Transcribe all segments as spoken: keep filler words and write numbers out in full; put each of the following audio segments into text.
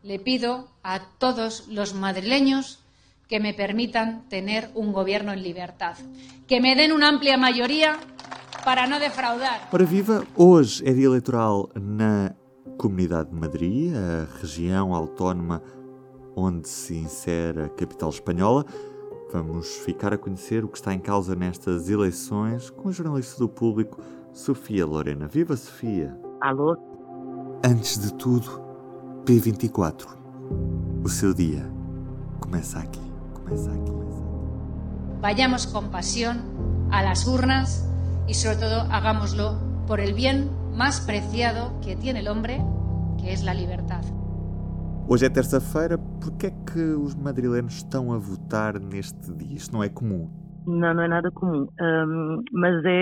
Le pido a todos los madrileños que me permitan tener un gobierno en libertad, que me den una amplia mayoría para no defraudar. Ora viva, hoje é dia eleitoral na Comunidade de Madrid, a região autónoma onde se insere a capital espanhola. Vamos ficar a conhecer o que está em causa nestas eleições com a jornalista do Público, Sofia Lorena. Viva, Sofia! Alô? Antes de tudo, P vinte e quatro. O seu dia começa aqui. Começa aqui. Vayamos con pasión a las urnas y sobre todo hagámoslo por el bien más preciado que tiene el hombre, que es la libertad. Hoje é terça-feira. Por que é que os madrilenos estão a votar neste dia? Isto não é comum. Não, não é nada comum, um, mas, é,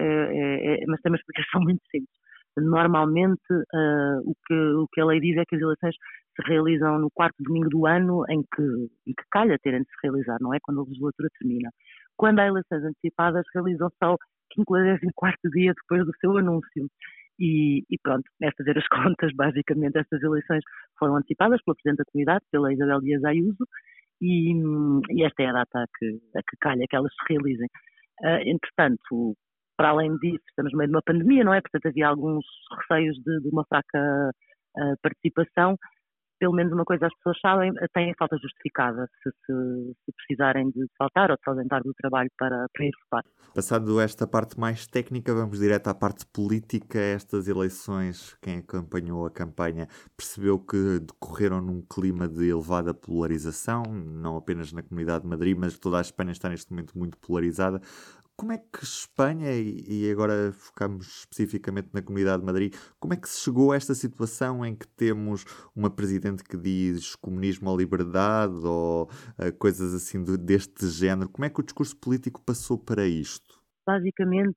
é, é, mas tem uma explicação muito simples. Normalmente, uh, o, que, o que a lei diz é que as eleições se realizam no quarto domingo do ano em que, em que calha terem de se realizar, não é? Quando a legislatura termina. Quando há eleições antecipadas, realizam-se ao quinquagésimo quarto dia depois do seu anúncio. E, e pronto, é fazer as contas, basicamente. Estas eleições foram antecipadas pela Presidente da Comunidade, pela Isabel Díaz Ayuso, e, e esta é a data a que, a que calha que elas se realizem. Uh, entretanto, para além disso, estamos no meio de uma pandemia, não é? Portanto, havia alguns receios de, de uma fraca uh, participação. Pelo menos uma coisa as pessoas sabem, têm falta justificada se, se, se precisarem de faltar ou de se ausentar do trabalho para, para ir votar. Passado esta parte mais técnica, vamos direto à parte política. Estas eleições, quem acompanhou a campanha percebeu que decorreram num clima de elevada polarização, não apenas na Comunidade de Madrid, mas toda a Espanha está neste momento muito polarizada. Como é que Espanha, e agora focamos especificamente na Comunidade de Madrid, como é que se chegou a esta situação em que temos uma Presidente que diz comunismo ou liberdade ou uh, coisas assim do, deste género? Como é que o discurso político passou para isto? Basicamente,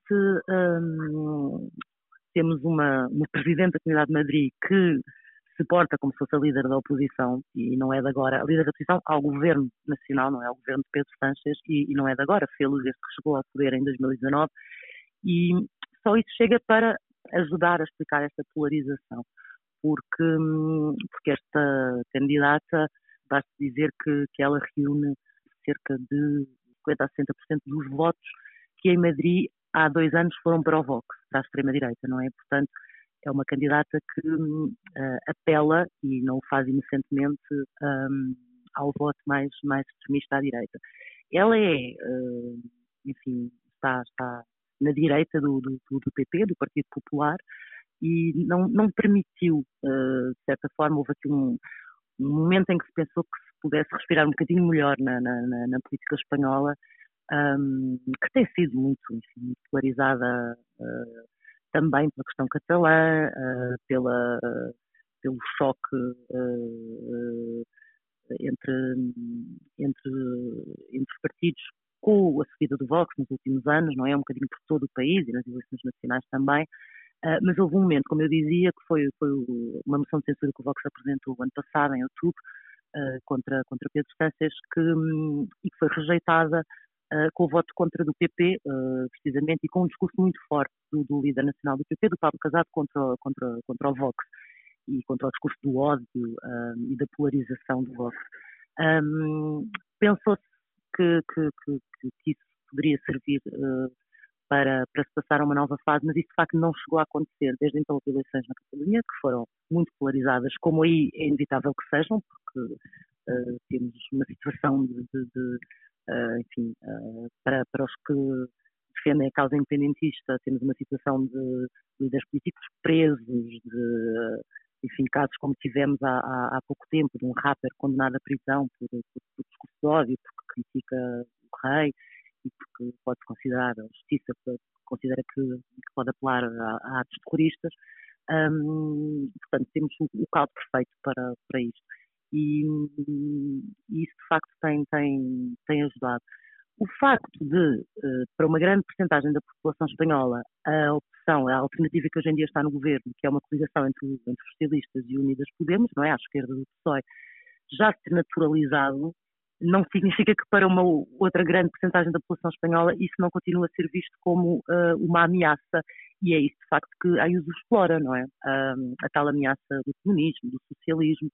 hum, temos uma, uma Presidente da Comunidade de Madrid que se porta como se fosse a líder da oposição, e não é de agora, a líder da oposição ao governo nacional, não é ao governo de Pedro Sánchez, e, e não é de agora, fê-lo desde que chegou ao poder em dois mil e dezanove, e só isso chega para ajudar a explicar esta polarização, porque, porque esta candidata, basta dizer que, que ela reúne cerca de cinquenta a sessenta por cento dos votos que em Madrid há dois anos foram para o Vox, para a extrema-direita, não é? Portanto, é uma candidata que uh, apela, e não o faz inocentemente, um, ao voto mais, mais extremista à direita. Ela é, uh, enfim, está, está na direita do, do, do P P, do Partido Popular, e não, não permitiu, uh, de certa forma, houve aqui um, um momento em que se pensou que se pudesse respirar um bocadinho melhor na, na, na, na política espanhola, um, que tem sido muito, enfim, muito polarizada, uh, também pela questão catalã, uh, pela, uh, pelo choque uh, entre, entre, entre os partidos com a subida do Vox nos últimos anos, não é? Um bocadinho por todo o país e nas eleições nacionais também, uh, mas houve um momento, como eu dizia, que foi, foi uma moção de censura que o Vox apresentou o ano passado, em outubro, uh, contra, contra Pedro Sánchez, que, um, e que foi rejeitada Uh, com o voto contra do P P, uh, precisamente, e com um discurso muito forte do, do líder nacional do P P, do Pablo Casado, contra, contra, contra o Vox, e contra o discurso do ódio uh, e da polarização do Vox. Um, pensou-se que, que, que, que isso poderia servir uh, para, para se passar a uma nova fase, mas isso de facto não chegou a acontecer. Desde então as eleições na Catalunha, que foram muito polarizadas, como aí é inevitável que sejam, porque uh, temos uma situação de, de, de Uh, enfim, uh, para, para os que defendem a causa independentista, temos uma situação de líderes políticos presos, de, enfim, casos como tivemos há, há, há pouco tempo, de um rapper condenado à prisão por, por, por discurso de ódio, porque critica o rei e porque pode considerar, a justiça considera que, que pode apelar a, a atos terroristas. Um, portanto, temos o, o caldo perfeito para, para isto. E, e isso de facto tem, tem, tem ajudado. O facto de, para uma grande percentagem da população espanhola, a opção, a alternativa que hoje em dia está no governo, que é uma coligação entre, entre os socialistas e Unidas Podemos, não é, à esquerda do P SOE, já se ter naturalizado, não significa que para uma outra grande percentagem da população espanhola isso não continua a ser visto como uh, uma ameaça, e é isso de facto que a Ayuso explora, não é? Uh, a tal ameaça do comunismo, do socialismo,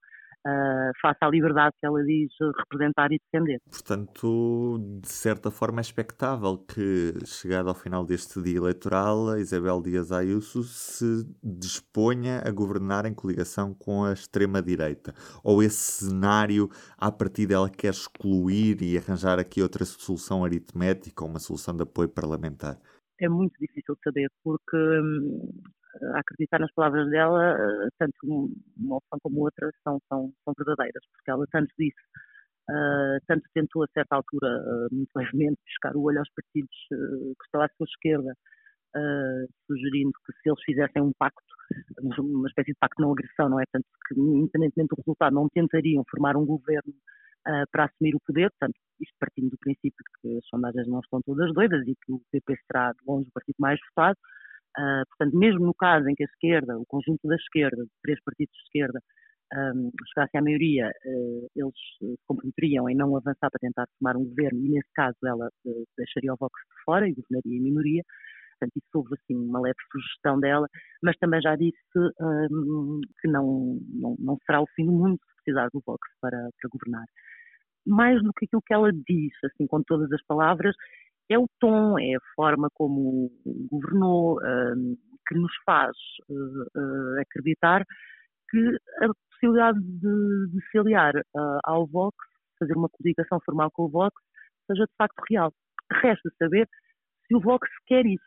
uh, face à liberdade que ela diz representar e defender. Portanto, de certa forma é expectável que, chegado ao final deste dia eleitoral, a Isabel Dias Ayuso se disponha a governar em coligação com a extrema-direita. Ou esse cenário, à partida, ela quer excluir e arranjar aqui outra solução aritmética ou uma solução de apoio parlamentar? É muito difícil de saber, porque hum, acreditar nas palavras dela, tanto uma opção como outra são, são, são verdadeiras, porque ela tanto disse, uh, tanto tentou a certa altura, uh, muito levemente, pescar o olho aos partidos uh, que estão à sua esquerda, uh, sugerindo que se eles fizessem um pacto, uma espécie de pacto de não agressão, não é? Tanto que, independentemente do resultado, não tentariam formar um governo uh, para assumir o poder, portanto, isto partindo do princípio de que as sondagens não estão todas doidas e que o P P será de longe o partido mais votado. Uh, portanto, mesmo no caso em que a esquerda, o conjunto da esquerda, três partidos de esquerda, um, chegassem à maioria, uh, eles se comprometeriam em não avançar para tentar formar um governo e, nesse caso, ela uh, deixaria o Vox de fora e governaria em minoria. Portanto, isso houve assim, uma leve sugestão dela, mas também já disse um, que não, não, não será o fim do mundo se precisar do Vox para, para governar. Mais do que aquilo que ela diz, assim, com todas as palavras, é o tom, é a forma como governou, uh, que nos faz uh, uh, acreditar que a possibilidade de, de se aliar uh, ao Vox, fazer uma coligação formal com o Vox, seja de facto real. Resta saber se o Vox quer isso.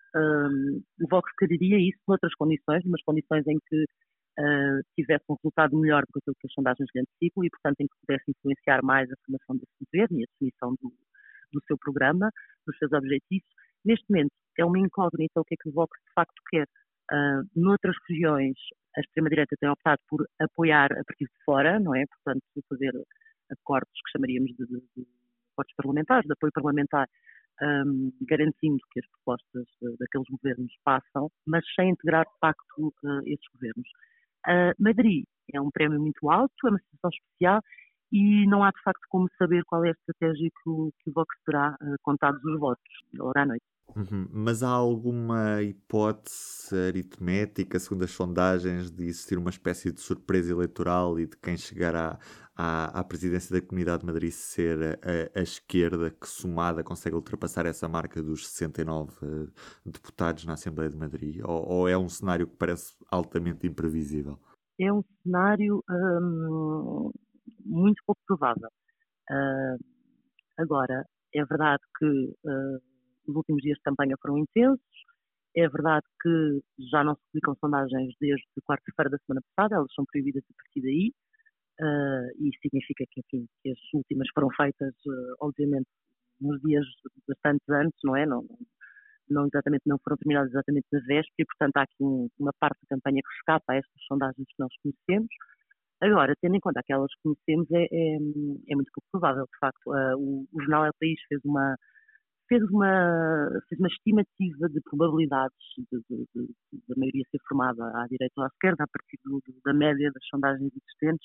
Uh, o Vox quereria isso noutras condições, umas condições em que Uh, tivesse um resultado melhor do que aquilo que as sondagens lhe antecipam e, portanto, em que pudesse influenciar mais a formação desse governo e a definição do, do seu programa, dos seus objetivos. Neste momento, é uma incógnita o que é que o Vox de facto quer. Uh, noutras regiões, a extrema-direita tem optado por apoiar a partir de fora, não é? Portanto, fazer acordos que chamaríamos de, de, de acordos parlamentares, de apoio parlamentar, um, garantindo que as propostas de, daqueles governos passam, mas sem integrar de facto uh, esses governos. Uh, Madrid é um prémio muito alto, é uma situação especial e não há de facto como saber qual é a estratégia que o, que o Vox terá uh, contados os votos, hora à noite. Uhum. Mas há alguma hipótese aritmética, segundo as sondagens, de existir uma espécie de surpresa eleitoral e de quem chegar à, à, à presidência da Comunidade de Madrid ser a, a, a esquerda, que somada consegue ultrapassar essa marca dos sessenta e nove uh, deputados na Assembleia de Madrid? Ou, ou é um cenário que parece altamente imprevisível? É um cenário hum, muito pouco provável. Uh, agora, é verdade que uh, os últimos dias de campanha foram intensos, é verdade que já não se publicam sondagens desde quarta-feira da semana passada, elas são proibidas a partir daí, uh, e isso significa que, enfim, que as últimas foram feitas, uh, obviamente, nos dias bastante antes, não é? Não, não, exatamente, não foram terminadas exatamente na véspera e, portanto, há aqui um, uma parte da campanha que escapa a estas sondagens que nós conhecemos. Agora, tendo em conta aquelas que conhecemos, é, é, é muito pouco provável, de facto. Uh, o, o jornal El País fez uma fez uma, fez uma estimativa de probabilidades de, de, de, de a maioria ser formada à direita ou à esquerda, a partir do, da média das sondagens existentes,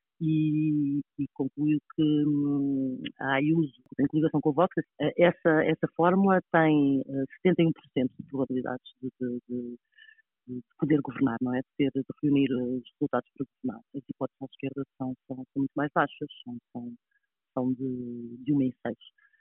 e, e concluiu que hum, a Ayuso, em coligação com o Vox, essa, essa fórmula tem setenta e um por cento de probabilidades de, de, de, de poder governar, não é? De, ter, de reunir os resultados para governar. As hipóteses à esquerda são, são, são muito mais baixas, são, são, são de, de uma em seis.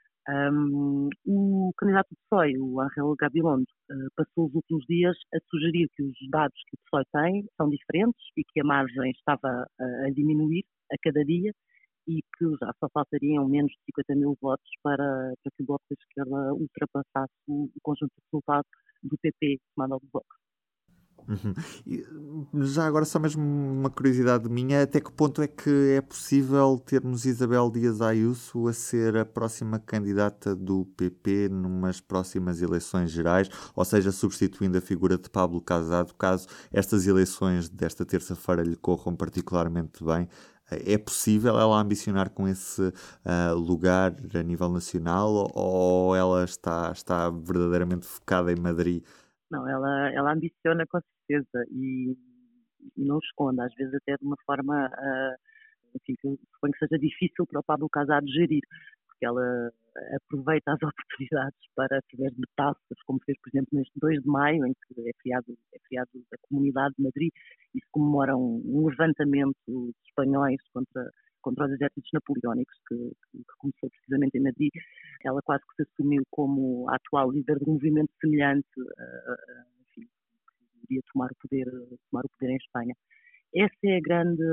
Um, o candidato do P SOE, o Ángel Gabilondo, uh, passou os últimos dias a sugerir que os dados que o P SOE tem são diferentes e que a margem estava uh, a diminuir a cada dia e que já só faltariam menos de cinquenta mil votos para, para que o Bloco da Esquerda ultrapassasse o, o conjunto de resultados do P P tomado ao Bloco. Uhum. E, já agora só mesmo uma curiosidade minha, até que ponto é que é possível termos Isabel Dias Ayuso a ser a próxima candidata do P P numas próximas eleições gerais, ou seja, substituindo a figura de Pablo Casado, caso estas eleições desta terça-feira lhe corram particularmente bem? É possível ela ambicionar com esse uh, lugar a nível nacional ou ela está, está verdadeiramente focada em Madrid? Não, ela, ela ambiciona com certeza e, e não esconde, às vezes até de uma forma, uh, enfim, que eu suponho que seja difícil para o Pablo Casado gerir, que ela aproveita as oportunidades para, através de metáforas, como fez, por exemplo, neste dois de maio, em que é feriado, é feriado da Comunidade de Madrid, e se comemora um, um levantamento dos espanhóis contra, contra os exércitos napoleónicos, que, que, que começou precisamente em Madrid. Ela quase que se assumiu como a atual líder de um movimento semelhante, uh, uh, enfim, que iria tomar o poder, tomar o poder em Espanha. Essa é a grande...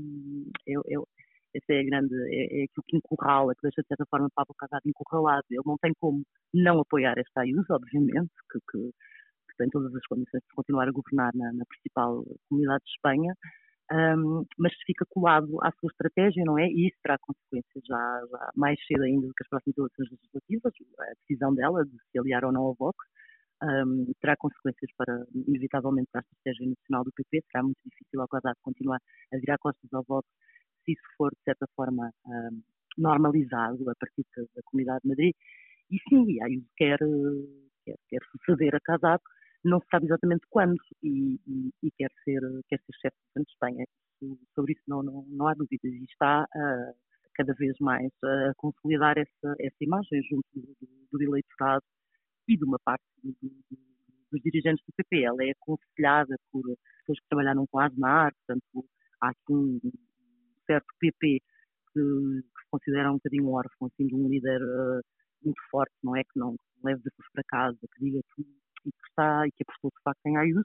É, é, essa é a grande... É, é aquilo que encurrala, que deixa de certa forma Pablo Casado encurralado. Ele não tem como não apoiar esta Ayuso, obviamente, que, que, que tem todas as condições de continuar a governar na, na principal comunidade de Espanha, um, mas fica colado à sua estratégia, não é? E isso terá consequências já, já mais cedo ainda do que as próximas eleições legislativas, a decisão dela de se aliar ou não ao Vox. Um, terá consequências para, inevitavelmente, para a estratégia nacional do P P. Será muito difícil ao Casado continuar a virar costas ao Vox se isso for, de certa forma, um, normalizado a partir da, da Comunidade de Madrid. E sim, a Ayuso quer, quer, quer suceder a Casado, não se sabe exatamente quando, e, e, e quer ser, quer ser chefe do governo de Espanha. Sobre isso não, não, não há dúvidas. E está uh, cada vez mais a consolidar essa, essa imagem junto do, do eleitorado e de uma parte do, do, dos dirigentes do P P. Ela é aconselhada por pessoas que trabalharam com a Aznar, portanto, há aqui um certo P P que, que se considera um bocadinho órfão, assim, de um líder uh, muito forte, não é? Que não leve desafios para casa, que diga que, que está e que apostou de facto em Ayuso,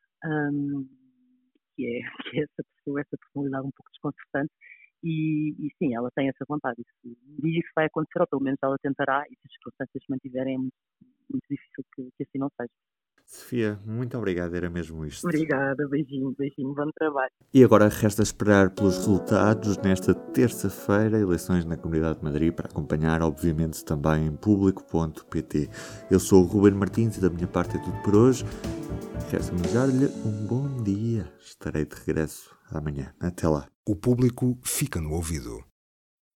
um, que, é, que é essa pessoa, essa personalidade um pouco desconcertante. E, e sim, ela tem essa vontade. Isso, e isso vai acontecer, ou pelo menos ela tentará, e se as circunstâncias se mantiverem, é muito, muito difícil que, que assim não seja. Sofia, muito obrigado, era mesmo isto. Obrigada, beijinho, beijinho, bom trabalho. E agora resta esperar pelos resultados nesta terça-feira, eleições na Comunidade de Madrid, para acompanhar, obviamente, também em público ponto pt. Eu sou o Ruben Martins e da minha parte é tudo por hoje. Resta-me desejar-lhe um bom dia. Estarei de regresso amanhã. Até lá. O público fica no ouvido.